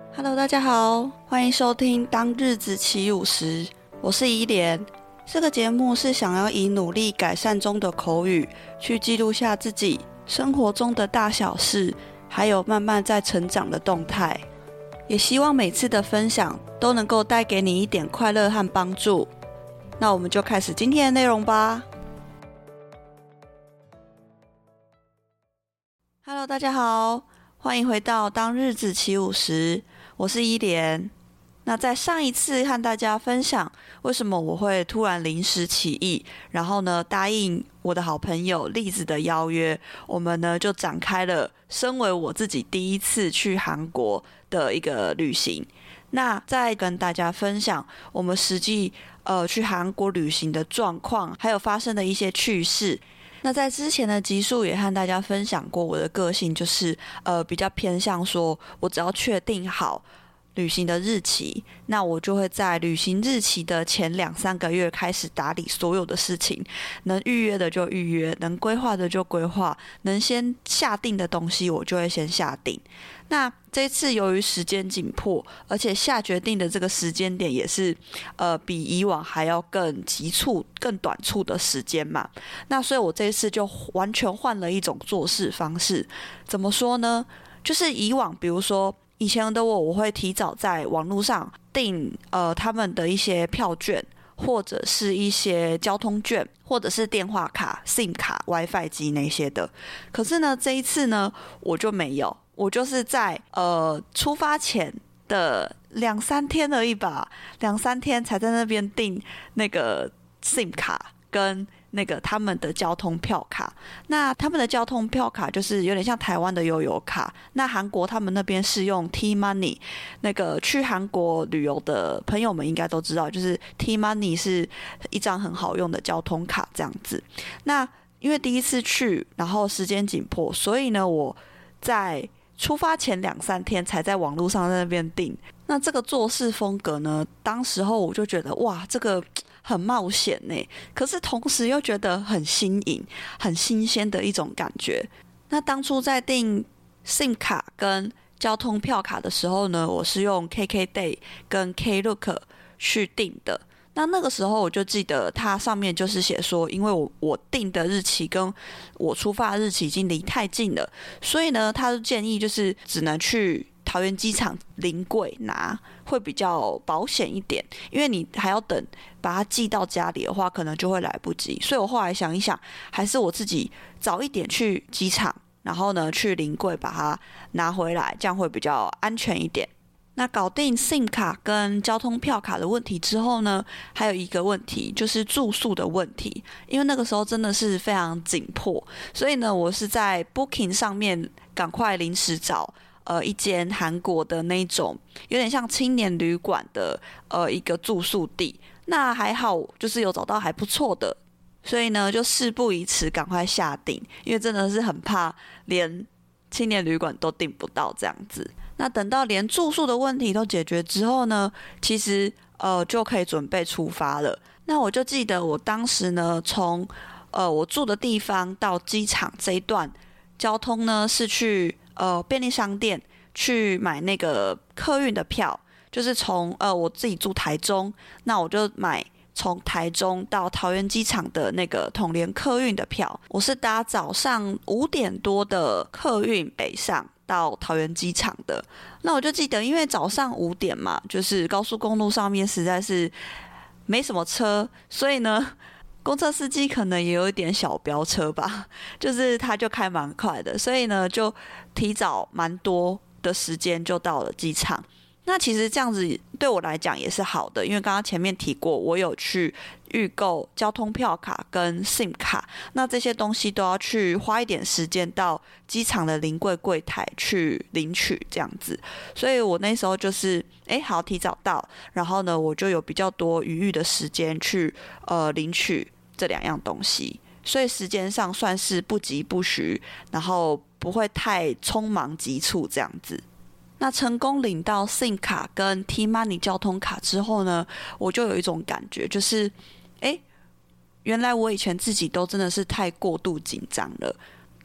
Hello， 大家好，欢迎收听《当日子起舞时》，我是依莲。这个节目是想要以努力改善中的口语，去记录下自己生活中的大小事，还有慢慢在成长的动态。也希望每次的分享都能够带给你一点快乐和帮助。那我们就开始今天的内容吧。Hello， 大家好，欢迎回到《当日子起舞时》，我是依莲。那在上一次和大家分享为什么我会突然临时起意，然后呢答应我的好朋友栗子的邀约，我们呢就展开了身为我自己第一次去韩国的一个旅行。那再跟大家分享我们实际去韩国旅行的状况，还有发生的一些趣事。那在之前的集数也和大家分享过，我的个性就是比较偏向说，我只要确定好旅行的日期，那我就会在旅行日期的前2-3个月开始打理所有的事情，能预约的就预约，能规划的就规划，能先下定的东西我就会先下定。那这次由于时间紧迫，而且下决定的这个时间点也是比以往还要更急促、更短促的时间嘛。那所以我这一次就完全换了一种做事方式。怎么说呢？就是以往比如说以前的我会提早在网络上订他们的一些票券，或者是一些交通券，或者是电话卡、SIM 卡、WiFi 机那些的。可是呢，这一次呢，我就没有，我就是在出发前的2-3天而已吧，2-3天才在那边订那个 SIM 卡跟那个他们的交通票卡。那他们的交通票卡就是有点像台湾的悠游卡，那韩国他们那边是用 T-Money。 那个去韩国旅游的朋友们应该都知道，就是 T-Money 是一张很好用的交通卡这样子。那因为第一次去，然后时间紧迫，所以呢我在出发前2-3天才在网络上在那边订。那这个做事风格呢，当时候我就觉得哇，这个很冒险呢，可是同时又觉得很新颖、很新鲜的一种感觉。那当初在订 SIM 卡跟交通票卡的时候呢，我是用 KKday 跟 Klook 去订的。那个时候我就记得它上面就是写说，因为我定的日期跟我出发的日期已经离太近了，所以呢他就建议就是只能去桃园机场临柜拿，会比较保险一点，因为你还要等把它寄到家里的话可能就会来不及。所以我后来想一想，还是我自己早一点去机场，然后呢去临柜把它拿回来，这样会比较安全一点。那搞定 SIM 卡跟交通票卡的问题之后呢，还有一个问题就是住宿的问题。因为那个时候真的是非常紧迫，所以呢我是在 Booking 上面赶快临时找一间韩国的那种有点像青年旅馆的一个住宿地。那还好就是有找到还不错的，所以呢就事不宜迟，赶快下定，因为真的是很怕连青年旅馆都订不到这样子。那等到连住宿的问题都解决之后呢，其实就可以准备出发了。那我就记得我当时呢，从我住的地方到机场这一段交通呢，是去便利商店去买那个客运的票，就是从我自己住台中，那我就买从台中到桃园机场的那个统联客运的票。我是搭早上5点多的客运北上到桃园机场的。那我就记得因为早上5点嘛，就是高速公路上面实在是没什么车，所以呢公车司机可能也有一点小飙车吧，就是他就开蛮快的，所以呢就提早蛮多的时间就到了机场。那其实这样子对我来讲也是好的，因为刚刚前面提过，我有去预购交通票卡跟 SIM 卡，那这些东西都要去花一点时间到机场的临柜柜台去领取这样子。所以我那时候就是好提早到，然后呢我就有比较多余裕的时间去领取这2样东西，所以时间上算是不急不徐，然后不会太匆忙急促这样子。那成功领到 SIM 卡跟 T-Money 交通卡之后呢，我就有一种感觉，原来我以前自己都真的是太过度紧张了。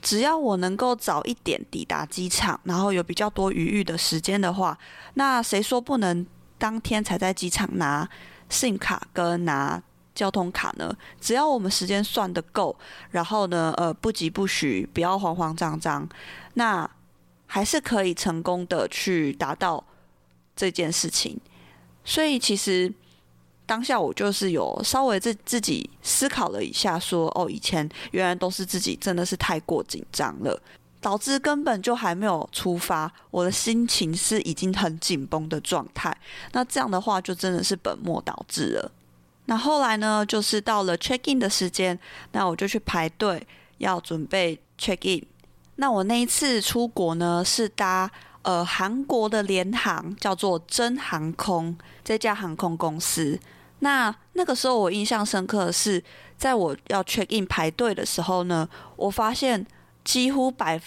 只要我能够早一点抵达机场，然后有比较多余裕的时间的话，那谁说不能当天才在机场拿 SIM 卡跟拿交通卡呢？只要我们时间算得够，然后呢，不急不徐，不要慌慌张张，那还是可以成功的去达到这件事情。所以其实当下我就是有稍微自己思考了一下说，以前原来都是自己真的是太过紧张了，导致根本就还没有出发，我的心情是已经很紧绷的状态。那这样的话就真的是本末倒置了。那后来呢，就是到了 check in 的时间，那我就去排队要准备 check in。那我那一次出国呢，是搭韩国的联航，叫做真航空这家航空公司。那个时候我印象深刻的是，在我要 check in 排队的时候呢，我发现几乎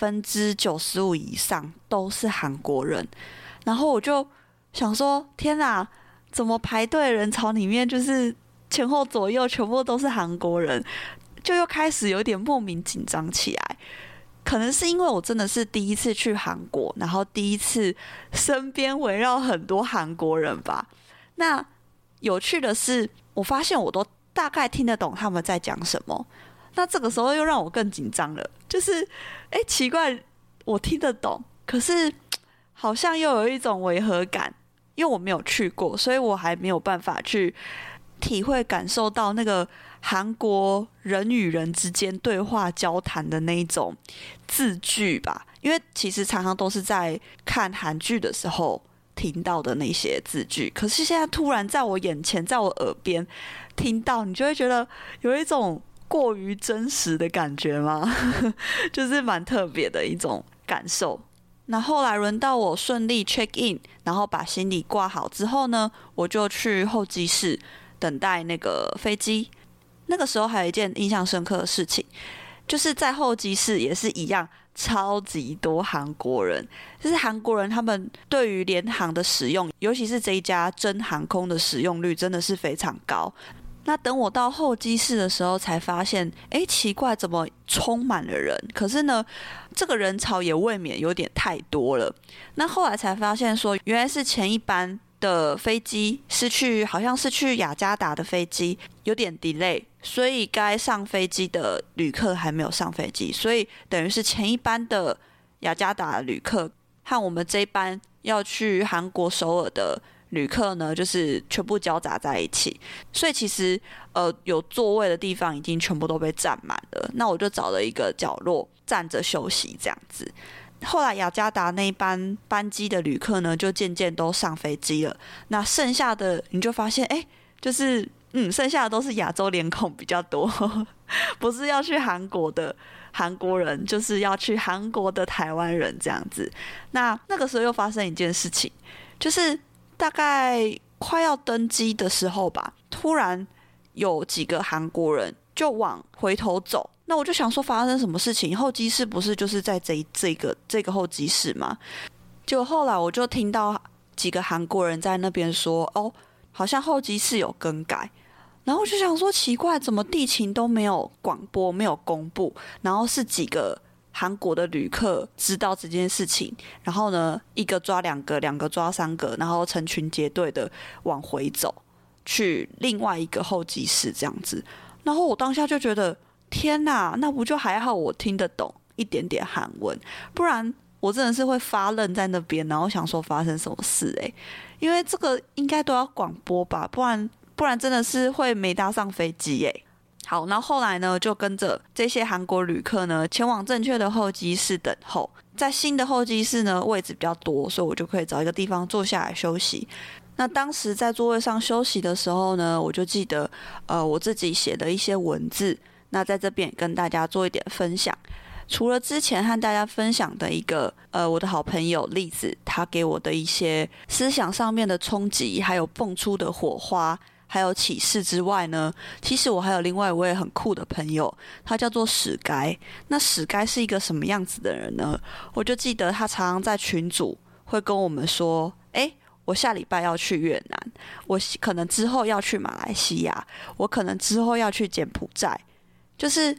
95%以上都是韩国人，然后我就想说，天哪，怎么排队的人潮里面就是前后左右全部都是韩国人，就又开始有点莫名紧张起来。可能是因为我真的是第一次去韩国，然后第一次身边围绕很多韩国人吧。那有趣的是，我发现我都大概听得懂他们在讲什么。那这个时候又让我更紧张了，就是奇怪，我听得懂，可是好像又有一种违和感，因为我没有去过，所以我还没有办法去体会感受到那个韩国人与人之间对话交谈的那一种字句吧。因为其实常常都是在看韩剧的时候听到的那些字句，可是现在突然在我眼前，在我耳边听到，你就会觉得有一种过于真实的感觉吗？就是蛮特别的一种感受。那后来轮到我顺利 check in， 然后把行李挂好之后呢，我就去候机室等待那个飞机。那个时候还有一件印象深刻的事情，就是在候机室也是一样，超级多韩国人。就是韩国人他们对于联航的使用，尤其是这一家真航空的使用率真的是非常高。那等我到候机室的时候才发现，奇怪，怎么充满了人？可是呢，这个人潮也未免有点太多了。那后来才发现说，原来是前一班的飞机好像是去雅加达的飞机有点 delay， 所以该上飞机的旅客还没有上飞机，所以等于是前一班的雅加达的旅客和我们这一班要去韩国首尔的旅客呢，就是全部交杂在一起，所以其实有座位的地方已经全部都被占满了。那我就找了一个角落站着休息这样子。后来雅加达那一班班机的旅客呢，就渐渐都上飞机了。那剩下的你就发现，就是剩下的都是亚洲脸孔比较多，不是要去韩国的韩国人，就是要去韩国的台湾人这样子。那个时候又发生一件事情，就是大概快要登机的时候吧，突然有几个韩国人就往回头走。那我就想说发生什么事情？候机室不是就是在这个候机室吗？结果后来我就听到几个韩国人在那边说，好像候机室有更改。然后我就想说奇怪，怎么地勤都没有广播，没有公布，然后是几个韩国的旅客知道这件事情，然后呢，一个抓两个，两个抓三个，然后成群结队的往回走，去另外一个候机室这样子。然后我当下就觉得，天哪，那不就还好我听得懂一点点韩文，不然我真的是会发愣在那边，然后想说发生什么事因为这个应该都要广播吧，不然真的是会没搭上飞机好，然后后来呢，就跟着这些韩国旅客呢，前往正确的候机室等候。在新的候机室呢，位置比较多，所以我就可以找一个地方坐下来休息。那当时在座位上休息的时候呢，我就记得我自己写的一些文字，那在这边也跟大家做一点分享。除了之前和大家分享的一个我的好朋友栗子，他给我的一些思想上面的冲击，还有蹦出的火花，还有启示之外呢，其实我还有另外一位很酷的朋友，他叫做史该。那史该是一个什么样子的人呢？我就记得他常常在群组会跟我们说，我下礼拜要去越南，我可能之后要去马来西亚，我可能之后要去柬埔寨，就是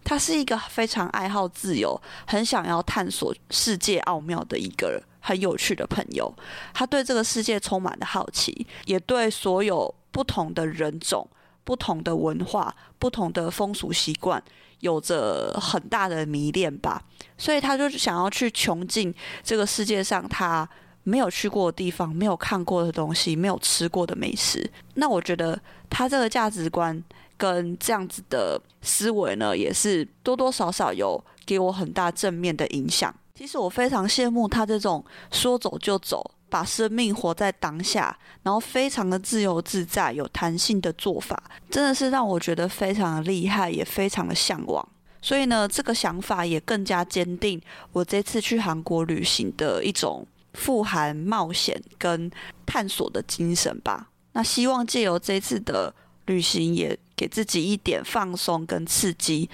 他是一个非常爱好自由，很想要探索世界奥妙的一个很有趣的朋友。他对这个世界充满了好奇，也对所有不同的人种、不同的文化、不同的风俗习惯有着很大的迷恋吧。所以他就想要去穷尽这个世界上他没有去过的地方、没有看过的东西、没有吃过的美食。那我觉得他这个价值观跟这样子的思维呢，也是多多少少有给我很大正面的影响。其实我非常羡慕他这种说走就走，把生命活在当下，然后非常的自由自在、有弹性的做法，真的是让我觉得非常的厉害，也非常的向往。所以呢，这个想法也更加坚定我这次去韩国旅行的一种富含冒险跟探索的精神吧。那希望借由这次的旅行也给自己一点放松跟刺激。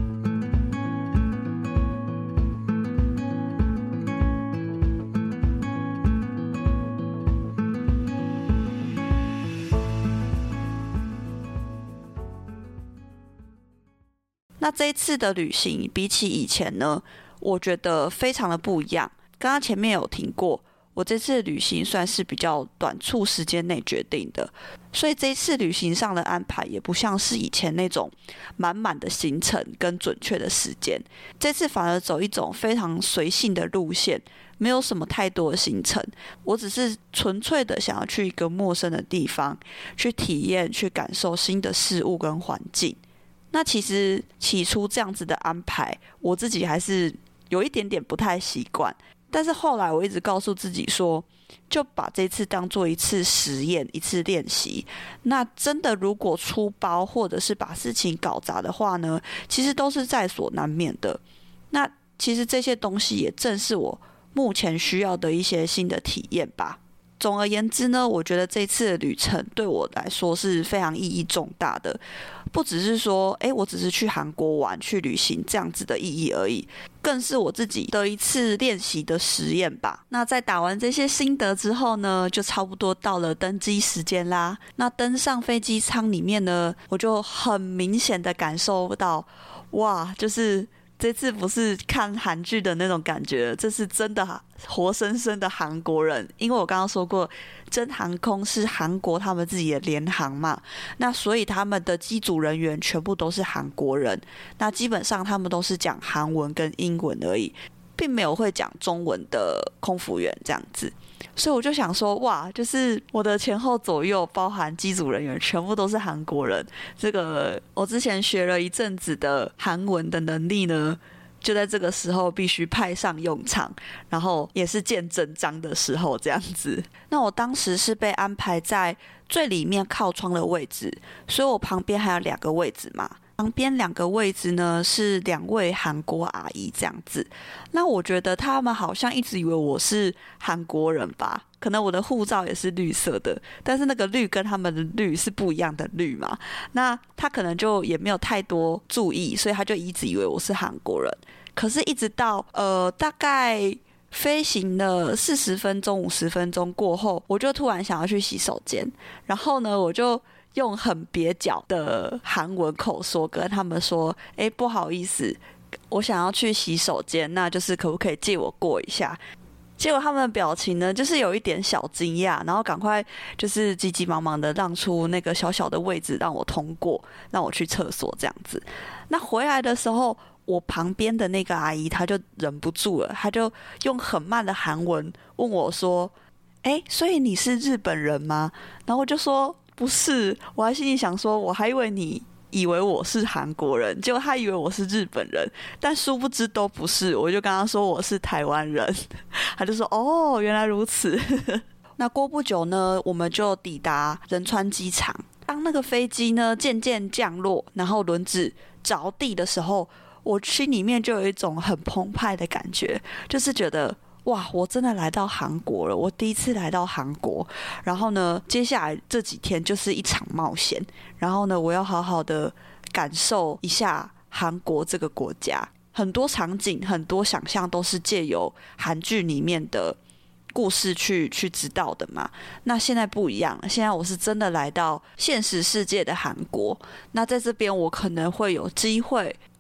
那这一次的旅行比起以前呢，我觉得非常的不一样。刚刚前面有听过，我这次旅行算是比较短促时间内决定的，所以这一次旅行上的安排也不像是以前那种满满的行程跟准确的时间，这次反而走一种非常随性的路线，没有什么太多的行程，我只是纯粹的想要去一个陌生的地方，去体验、去感受新的事物跟环境。那其实起初这样子的安排，我自己还是有一点点不太习惯，但是后来我一直告诉自己说，就把这次当做一次实验、一次练习。那真的如果出包或者是把事情搞砸的话呢，其实都是在所难免的。那其实这些东西也正是我目前需要的一些新的体验吧。总而言之呢，我觉得这次的旅程对我来说是非常意义重大的，不只是说我只是去韩国玩、去旅行这样子的意义而已，更是我自己的一次练习的实验吧。那在打完这些心得之后呢，就差不多到了登机时间啦。那登上飞机舱里面呢，我就很明显的感受到，哇，就是这次不是看韩剧的那种感觉，这是真的活生生的韩国人。因为我刚刚说过，真航空是韩国他们自己的联航嘛，那所以他们的机组人员全部都是韩国人，那基本上他们都是讲韩文跟英文而已，并没有会讲中文的空服员这样子。所以我就想说，哇，就是我的前后左右包含机组人员全部都是韩国人，这个我之前学了一阵子的韩文的能力呢，就在这个时候必须派上用场，然后也是见真章的时候这样子。那我当时是被安排在最里面靠窗的位置，所以我旁边还有2个位置嘛，旁边2个位置呢是2位韩国阿姨这样子。那我觉得他们好像一直以为我是韩国人吧，可能我的护照也是绿色的，但是那个绿跟他们的绿是不一样的绿嘛，那他可能就也没有太多注意，所以他就一直以为我是韩国人。可是一直到大概飞行了40分钟50分钟过后，我就突然想要去洗手间，然后呢我就用很蹩脚的韩文口说跟他们说，不好意思，我想要去洗手间，那就是可不可以借我过一下。结果他们的表情呢，就是有一点小惊讶，然后赶快就是急急忙忙的让出那个小小的位置让我通过，让我去厕所这样子。那回来的时候，我旁边的那个阿姨她就忍不住了，她就用很慢的韩文问我说，所以你是日本人吗？然后我就说不是，我还心里想说，我还以为我是韩国人，结果他以为我是日本人，但殊不知都不是。我就跟他说我是台湾人，他就说哦，原来如此。那过不久呢，我们就抵达仁川机场。当那个飞机呢渐渐降落，然后轮子着地的时候，我心里面就有一种很澎湃的感觉，就是觉得哇，我真的来到韩国了，我第一次来到韩国。然后呢，接下来这几天就是一场冒险，然后呢，我要好好的感受一下韩国这个国家。很多场景、很多想象都是借由韩剧里面的故事去知道的嘛。那现在不一样，现在我是真的来到现实世界的韩国。那在这边我可能会有机会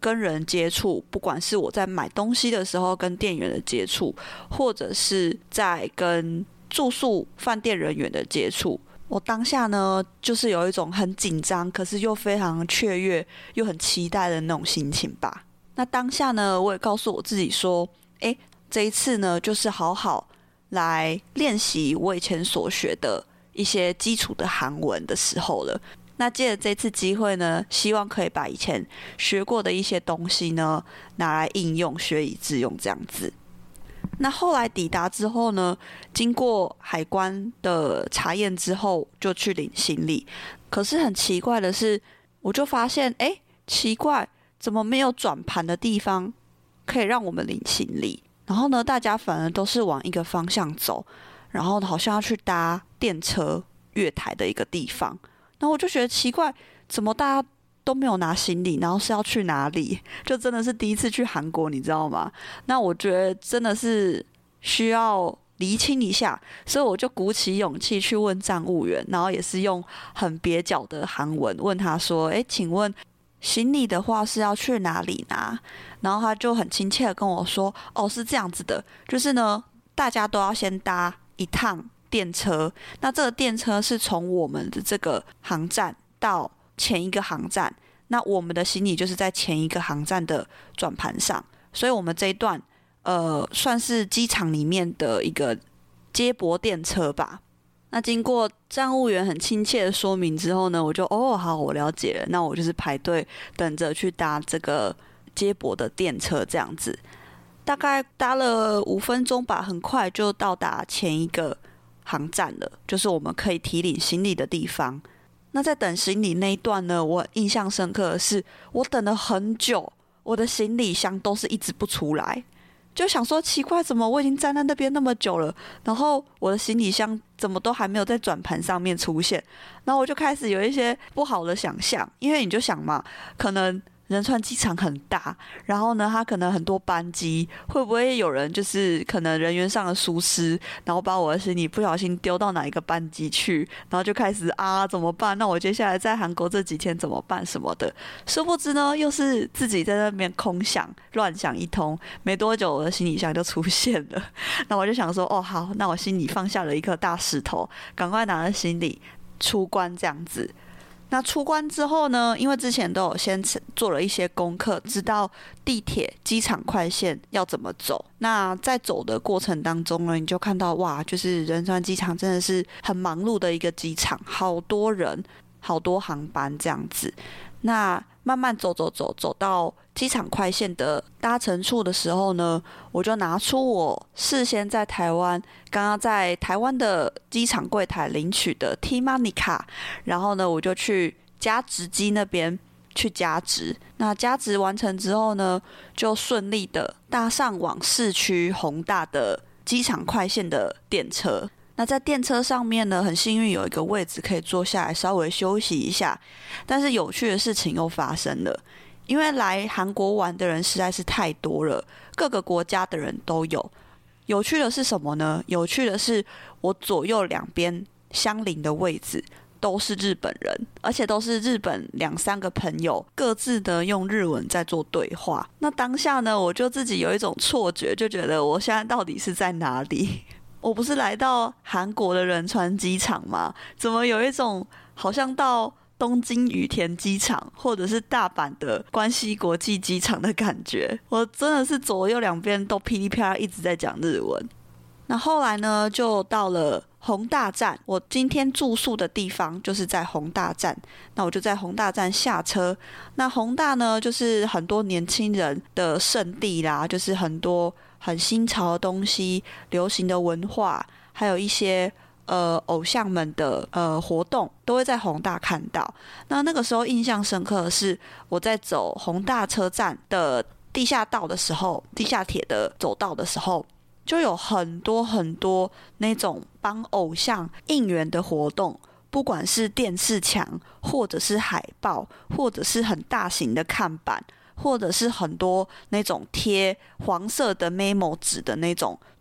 跟人接触，不管是我在买东西的时候跟店员的接触，或者是在跟住宿饭店人员的接触，我当下呢就是有一种很紧张，可是又非常雀跃又很期待的那种心情吧。那当下呢，我也告诉我自己说，这一次呢就是好好来练习我以前所学的一些基础的韩文的时候了。那借着这次机会呢，希望可以把以前学过的一些东西呢拿来应用，学以致用这样子。那后来抵达之后呢，经过海关的查验之后，就去领行李。可是很奇怪的是，我就发现，奇怪，怎么没有转盘的地方可以让我们领行李？然后呢，大家反而都是往一个方向走，然后好像要去搭电车月台的一个地方。然后我就觉得奇怪，怎么大家都没有拿行李，然后是要去哪里？就真的是第一次去韩国，你知道吗？那我觉得真的是需要厘清一下，所以我就鼓起勇气去问站务员，然后也是用很蹩脚的韩文问他说：“请问行李的话是要去哪里拿？”然后他就很亲切的跟我说：“是这样子的，就是呢，大家都要先搭一趟电车，那这个电车是从我们的这个航站到前一个航站，那我们的行李就是在前一个航站的转盘上，所以我们这一段算是机场里面的一个接驳电车吧。”那经过站务员很亲切的说明之后呢，我就好，我了解了，那我就是排队等着去搭这个接驳的电车这样子。大概搭了5分钟吧，很快就到达前一个航站了，就是我们可以提领行李的地方。那在等行李那一段呢，我印象深刻的是，我等了很久，我的行李箱都是一直不出来，就想说奇怪，怎么我已经站在那边那么久了，然后我的行李箱怎么都还没有在转盘上面出现？然后我就开始有一些不好的想象，因为你就想嘛，可能仁川机场很大，然后呢，它可能很多班机，会不会有人就是可能人员上的疏失，然后把我的行李不小心丢到哪一个班机去，然后就开始怎么办？那我接下来在韩国这几天怎么办什么的？殊不知呢，又是自己在那边空想乱想一通，没多久我的行李箱就出现了。那我就想说，好，那我心里放下了一颗大石头，赶快拿着行李出关这样子。那出关之后呢，因为之前都有先做了一些功课，知道地铁机场快线要怎么走。那在走的过程当中呢，你就看到就是仁川机场真的是很忙碌的一个机场，好多人，好多航班这样子。那慢慢走到机场快线的搭乘处的时候呢，我就拿出我事先在台湾刚刚在台湾的机场柜台领取的 T-Money 卡，然后呢我就去加值机那边去加值。那加值完成之后呢，就顺利的搭上往市区弘大的机场快线的电车。那在电车上面呢，很幸运有一个位置可以坐下来稍微休息一下。但是有趣的事情又发生了，因为来韩国玩的人实在是太多了，各个国家的人都有。有趣的是什么呢？有趣的是我左右两边相邻的位置都是日本人，而且都是日本2-3个朋友各自的用日文在做对话。那当下呢，我就自己有一种错觉，就觉得我现在到底是在哪里？我不是来到韩国的仁川机场吗？怎么有一种好像到东京羽田机场或者是大阪的关西国际机场的感觉？我真的是左右两边都噼里啪啦一直在讲日文。那后来呢，就到了弘大站，我今天住宿的地方就是在弘大站，那我就在弘大站下车。那弘大呢，就是很多年轻人的圣地啦，就是很多很新潮的东西，流行的文化，还有一些偶像们的活动都会在弘大看到。那个时候印象深刻的是，我在走弘大车站的地下道的时候，地下铁的走道的时候，就有很多很多那种帮偶像应援的活动，不管是电视墙，或者是海报，或者是很大型的看板，或者是很多那种贴黄色的 memo 纸的那种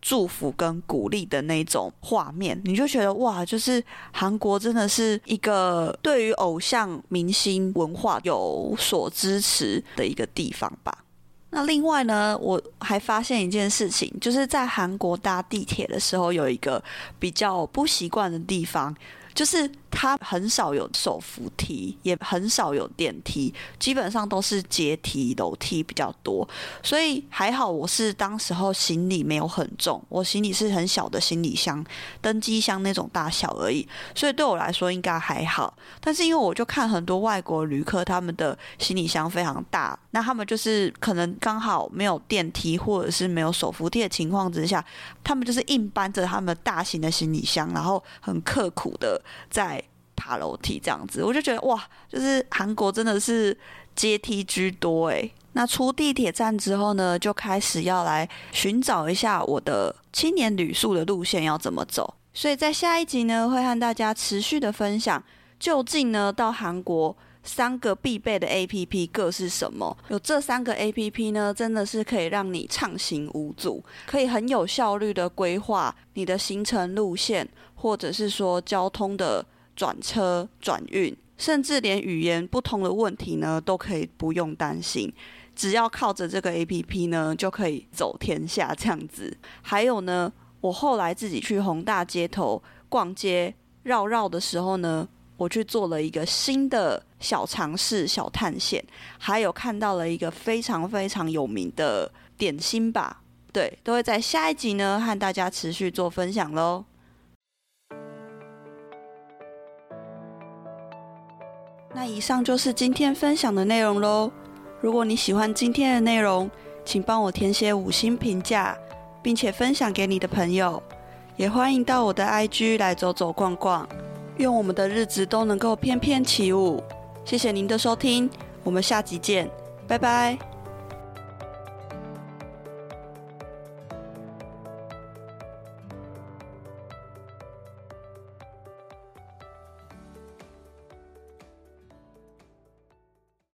祝福跟鼓励的那种画面，你就觉得哇，就是韩国真的是一个对于偶像明星文化有所支持的一个地方吧。那另外呢，我还发现一件事情，就是在韩国搭地铁的时候，有一个比较不习惯的地方，就是它很少有手扶梯，也很少有电梯，基本上都是阶梯楼梯比较多。所以还好我是当时候行李没有很重，我行李是很小的行李箱，登机箱那种大小而已，所以对我来说应该还好。但是因为我就看很多外国旅客他们的行李箱非常大，那他们就是可能刚好没有电梯或者是没有手扶梯的情况之下，他们就是硬搬着他们大型的行李箱，然后很刻苦的在爬楼梯这样子。我就觉得哇，就是韩国真的是阶梯居多耶。那出地铁站之后呢，就开始要来寻找一下我的青年旅宿的路线要怎么走。所以在下一集呢，会和大家持续的分享，究竟呢到韩国3个必备的 APP 各是什么？有这3个 APP 呢，真的是可以让你畅行无阻，可以很有效率的规划你的行程路线，或者是说交通的转车、转运，甚至连语言不同的问题呢，都可以不用担心。只要靠着这个 APP 呢，就可以走天下这样子。还有呢，我后来自己去弘大街头逛街绕绕的时候呢，我去做了一个新的小尝试、小探险，还有看到了一个非常非常有名的点心吧。对，都会在下一集呢和大家持续做分享咯。那以上就是今天分享的内容咯。如果你喜欢今天的内容，请帮我填写5星评价，并且分享给你的朋友。也欢迎到我的 IG 来走走逛逛，愿我们的日子都能够翩翩起舞。谢谢您的收听，我们下集见，拜拜。